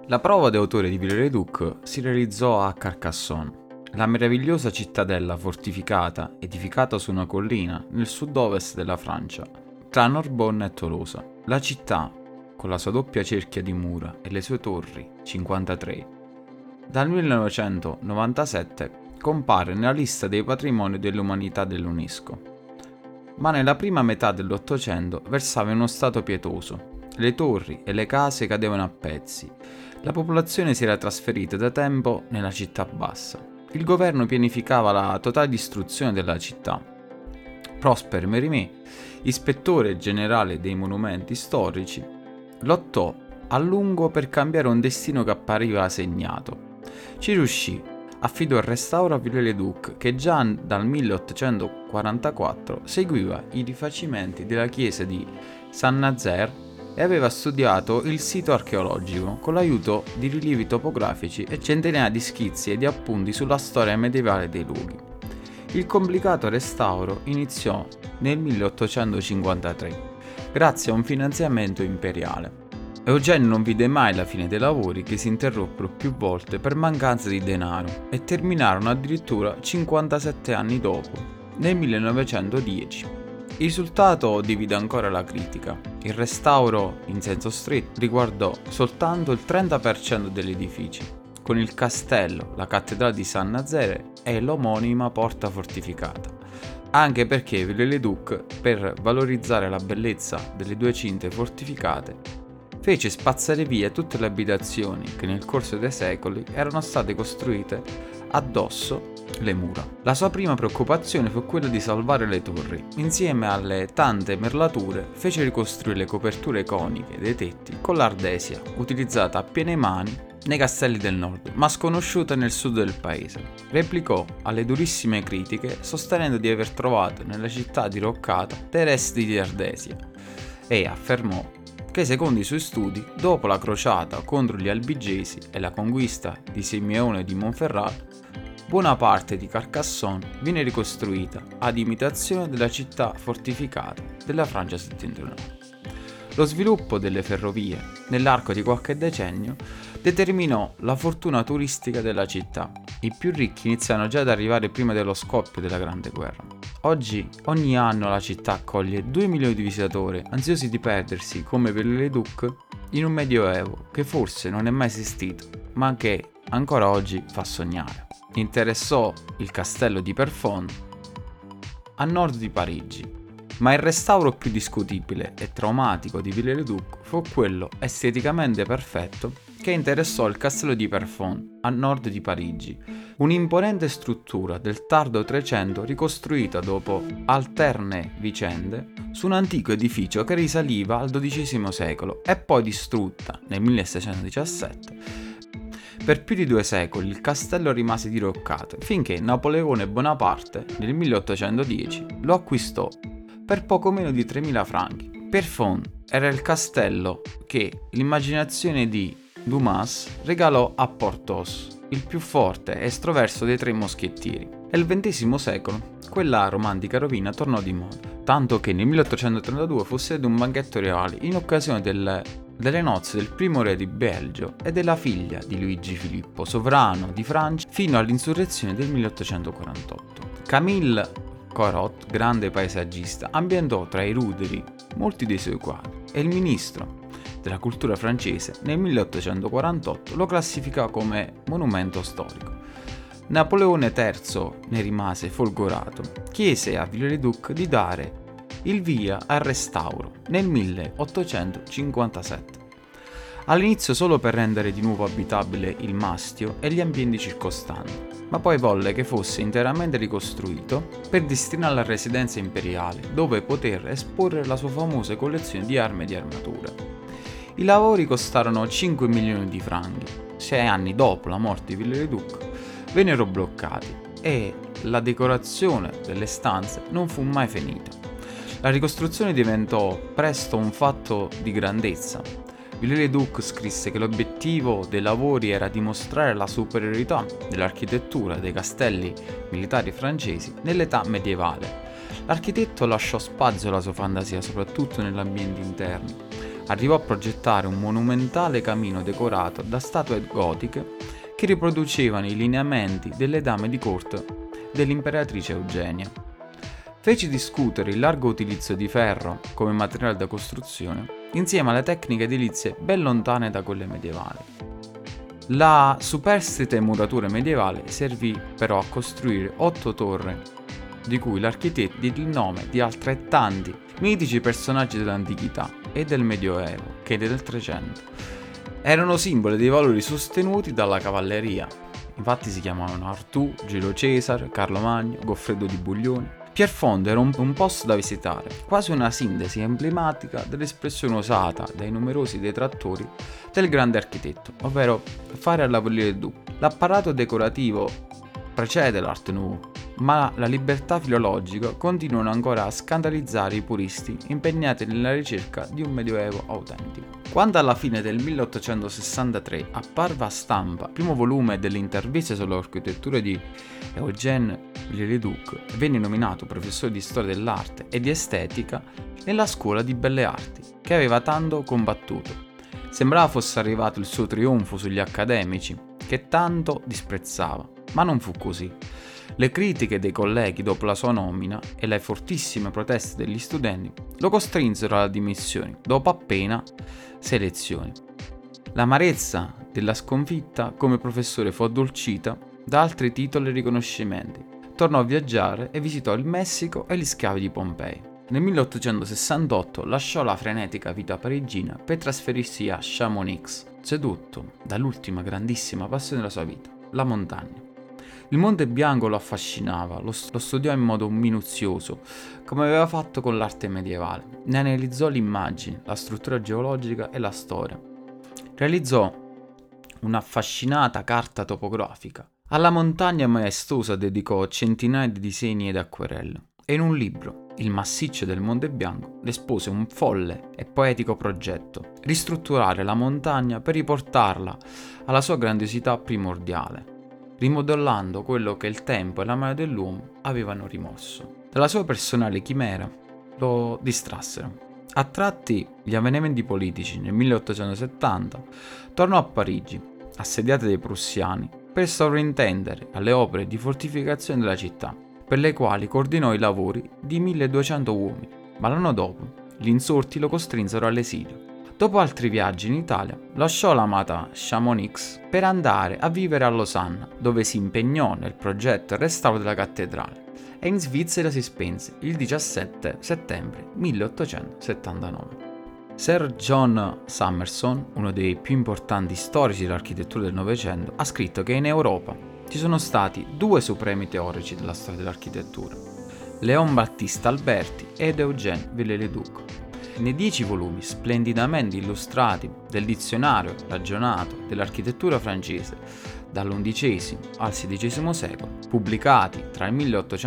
La prova d'autore di Viollet-le-Duc si realizzò a Carcassonne, la meravigliosa cittadella fortificata edificata su una collina nel sud-ovest della Francia, tra Narbonne e Tolosa. La città, con la sua doppia cerchia di mura e le sue torri, 53, dal 1997 compare nella lista dei patrimoni dell'umanità dell'UNESCO. Ma nella prima metà dell'Ottocento versava in uno stato pietoso. Le torri e le case cadevano a pezzi. La popolazione si era trasferita da tempo nella città bassa. Il governo pianificava la totale distruzione della città. Prosper Mérimée, ispettore generale dei monumenti storici, lottò a lungo per cambiare un destino che appariva segnato. Ci riuscì, affidò il restauro a Viollet-le-Duc, che già dal 1844 seguiva i rifacimenti della chiesa di Saint-Nazaire e aveva studiato il sito archeologico con l'aiuto di rilievi topografici e centinaia di schizzi e di appunti sulla storia medievale dei luoghi. Il complicato restauro iniziò nel 1853, grazie a un finanziamento imperiale. Eugenio non vide mai la fine dei lavori, che si interruppero più volte per mancanza di denaro e terminarono addirittura 57 anni dopo, nel 1910. Il risultato divide ancora la critica. Il restauro, in senso stretto, riguardò soltanto il 30% degli edifici, con il castello, la cattedrale di Saint-Nazaire e l'omonima porta fortificata. Anche perché Viollet-le-Duc, per valorizzare la bellezza delle due cinte fortificate, fece spazzare via tutte le abitazioni che nel corso dei secoli erano state costruite addosso le mura. La sua prima preoccupazione fu quella di salvare le torri. Insieme alle tante merlature fece ricostruire le coperture coniche dei tetti con l'ardesia, utilizzata a piene mani nei castelli del nord, ma sconosciuta nel sud del paese. Replicò alle durissime critiche, sostenendo di aver trovato nella città diroccata dei resti di ardesia, e affermò che secondo i suoi studi, dopo la crociata contro gli albigesi e la conquista di Simeone di Montferrat, buona parte di Carcassonne viene ricostruita ad imitazione della città fortificata della Francia settentrionale. Lo sviluppo delle ferrovie nell'arco di qualche decennio determinò la fortuna turistica della città. I più ricchi iniziano già ad arrivare prima dello scoppio della Grande Guerra. Oggi, ogni anno la città accoglie 2 milioni di visitatori, ansiosi di perdersi, come Viollet-le-Duc, in un medioevo che forse non è mai esistito, ma che ancora oggi fa sognare. Interessò il castello di Perfon, a nord di Parigi, ma il restauro più discutibile e traumatico di Viollet-le-Duc fu quello esteticamente perfetto che interessò il castello di Perfon, a nord di Parigi, un'imponente struttura del tardo 300 ricostruita dopo alterne vicende su un antico edificio che risaliva al XII secolo e poi distrutta nel 1617. Per più di 2 secoli il castello rimase diroccato finché Napoleone Bonaparte nel 1810 lo acquistò per poco meno di 3.000 franchi. Perfon era il castello che l'immaginazione di Dumas regalò a Porthos, il più forte e estroverso dei 3 moschettieri. Nel XX secolo quella romantica rovina tornò di moda, tanto che nel 1832 fu sede di un banchetto reale in occasione delle nozze del primo re di Belgio e della figlia di Luigi Filippo, sovrano di Francia, fino all'insurrezione del 1848. Camille Corot, grande paesaggista, ambientò tra i ruderi molti dei suoi quadri e il ministro della cultura francese nel 1848 lo classificò come monumento storico. Napoleone III ne rimase folgorato, chiese a Viollet-le-Duc di dare il via al restauro nel 1857. All'inizio solo per rendere di nuovo abitabile il mastio e gli ambienti circostanti, ma poi volle che fosse interamente ricostruito per destinarlo a residenza imperiale, dove poter esporre la sua famosa collezione di armi e di armature. I lavori costarono 5 milioni di franchi. 6 anni dopo la morte di Viollet-le-Duc vennero bloccati e la decorazione delle stanze non fu mai finita. La ricostruzione diventò presto un fatto di grandezza. Viollet-le-Duc scrisse che l'obiettivo dei lavori era dimostrare la superiorità dell'architettura dei castelli militari francesi nell'età medievale. L'architetto lasciò spazio alla sua fantasia, soprattutto negli ambienti interni, Arrivò a progettare un monumentale camino decorato da statue gotiche che riproducevano i lineamenti delle dame di corte dell'imperatrice Eugenia. Fece discutere il largo utilizzo di ferro come materiale da costruzione insieme alle tecniche edilizie ben lontane da quelle medievali. La superstite muratura medievale servì però a costruire 8 torri, di cui l'architetto diede il nome di altrettanti mitici personaggi dell'antichità e del Medioevo che del Trecento. Erano simboli dei valori sostenuti dalla cavalleria. Infatti si chiamavano Artù, Giulio Cesare, Carlo Magno, Goffredo di Buglioni. Pierfondo era un posto da visitare, quasi una sintesi emblematica dell'espressione usata dai numerosi detrattori del grande architetto, ovvero fare alla Viollet-le-Duc. L'apparato decorativo precede l'Art Nouveau, ma la libertà filologica continuano ancora a scandalizzare i puristi impegnati nella ricerca di un medioevo autentico. Quando alla fine del 1863 apparve a stampa il primo volume delle interviste sull'architettura di Eugène Viollet-le-Duc, venne nominato professore di storia dell'arte e di estetica nella scuola di belle arti, che aveva tanto combattuto. Sembrava fosse arrivato il suo trionfo sugli accademici, che tanto disprezzava, ma non fu così. Le critiche dei colleghi dopo la sua nomina e le fortissime proteste degli studenti lo costrinsero alla dimissioni dopo appena 6 lezioni. L'amarezza della sconfitta come professore fu addolcita da altri titoli e riconoscimenti. Tornò a viaggiare e visitò il Messico e gli scavi di Pompei. Nel 1868 lasciò la frenetica vita parigina per trasferirsi a Chamonix, sedotto dall'ultima grandissima passione della sua vita, la montagna. Il Monte Bianco lo affascinava, lo studiò in modo minuzioso, come aveva fatto con l'arte medievale. Ne analizzò l'immagine, la struttura geologica e la storia. Realizzò un'affascinata carta topografica. Alla montagna maestosa dedicò centinaia di disegni ed acquerelle. E in un libro, Il massiccio del Monte Bianco, le espose un folle e poetico progetto: ristrutturare la montagna per riportarla alla sua grandiosità primordiale, rimodellando quello che il tempo e la mano dell'uomo avevano rimosso. Dalla sua personale chimera lo distrassero. A tratti gli avvenimenti politici. Nel 1870 tornò a Parigi, assediata dai prussiani, per sovrintendere alle opere di fortificazione della città, per le quali coordinò i lavori di 1200 uomini, ma l'anno dopo gli insorti lo costrinsero all'esilio. Dopo altri viaggi in Italia, lasciò l'amata Chamonix per andare a vivere a Losanna, dove si impegnò nel progetto e restauro della cattedrale, e in Svizzera si spense il 17 settembre 1879. Sir John Summerson, uno dei più importanti storici dell'architettura del Novecento, ha scritto che in Europa ci sono stati 2 supremi teorici della storia dell'architettura: Léon Battista Alberti ed Eugène Viollet-le-Duc. Nei 10 volumi splendidamente illustrati del dizionario ragionato dell'architettura francese dall'XI al XVI secolo, pubblicati tra il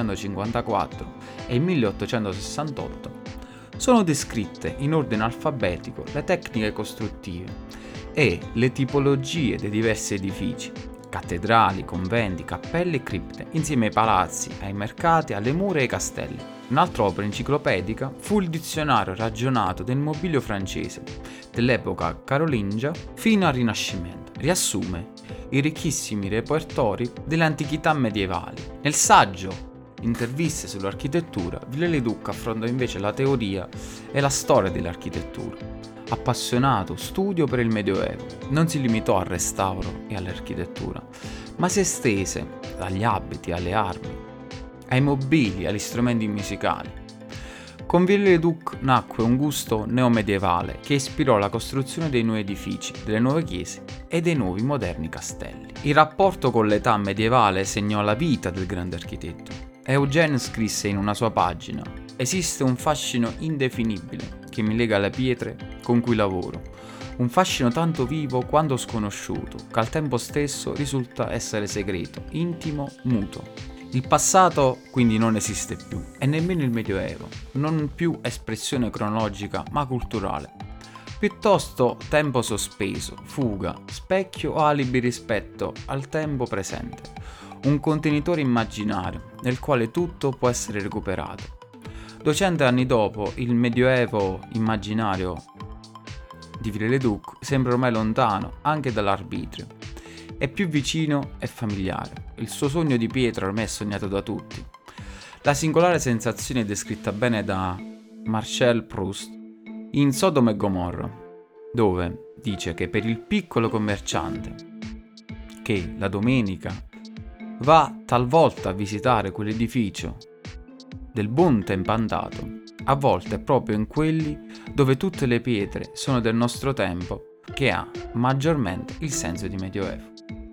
1854 e il 1868, sono descritte in ordine alfabetico le tecniche costruttive e le tipologie dei diversi edifici, cattedrali, conventi, cappelle e cripte, insieme ai palazzi, ai mercati, alle mura e ai castelli. Un'altra opera enciclopedica fu il dizionario ragionato del mobilio francese dell'epoca carolingia fino al Rinascimento. Riassume i ricchissimi repertori delle antichità medievali. Nel saggio Interviste sull'architettura, Viollet-le-Duc affrontò invece la teoria e la storia dell'architettura. Appassionato studio per il Medioevo, non si limitò al restauro e all'architettura, ma si estese dagli abiti alle armi, ai mobili, agli strumenti musicali. Con Viollet-le-Duc nacque un gusto neomedievale che ispirò la costruzione dei nuovi edifici, delle nuove chiese e dei nuovi moderni castelli. Il rapporto con l'età medievale segnò la vita del grande architetto. Eugène scrisse in una sua pagina: «Esiste un fascino indefinibile che mi lega alle pietre con cui lavoro, un fascino tanto vivo quanto sconosciuto, che al tempo stesso risulta essere segreto, intimo, muto. Il passato quindi non esiste più, e nemmeno il Medioevo, non più espressione cronologica ma culturale. Piuttosto tempo sospeso, fuga, specchio o alibi rispetto al tempo presente, un contenitore immaginario nel quale tutto può essere recuperato. 200 anni dopo, il Medioevo immaginario di Viollet-le-Duc sembra ormai lontano anche dall'arbitrio. È più vicino e familiare. Il suo sogno di pietra ormai è sognato da tutti. La singolare sensazione è descritta bene da Marcel Proust in Sodoma e Gomorra, dove dice che per il piccolo commerciante che la domenica va talvolta a visitare quell'edificio del buon tempandato, a volte è proprio in quelli dove tutte le pietre sono del nostro tempo che ha maggiormente il senso di Medioevo.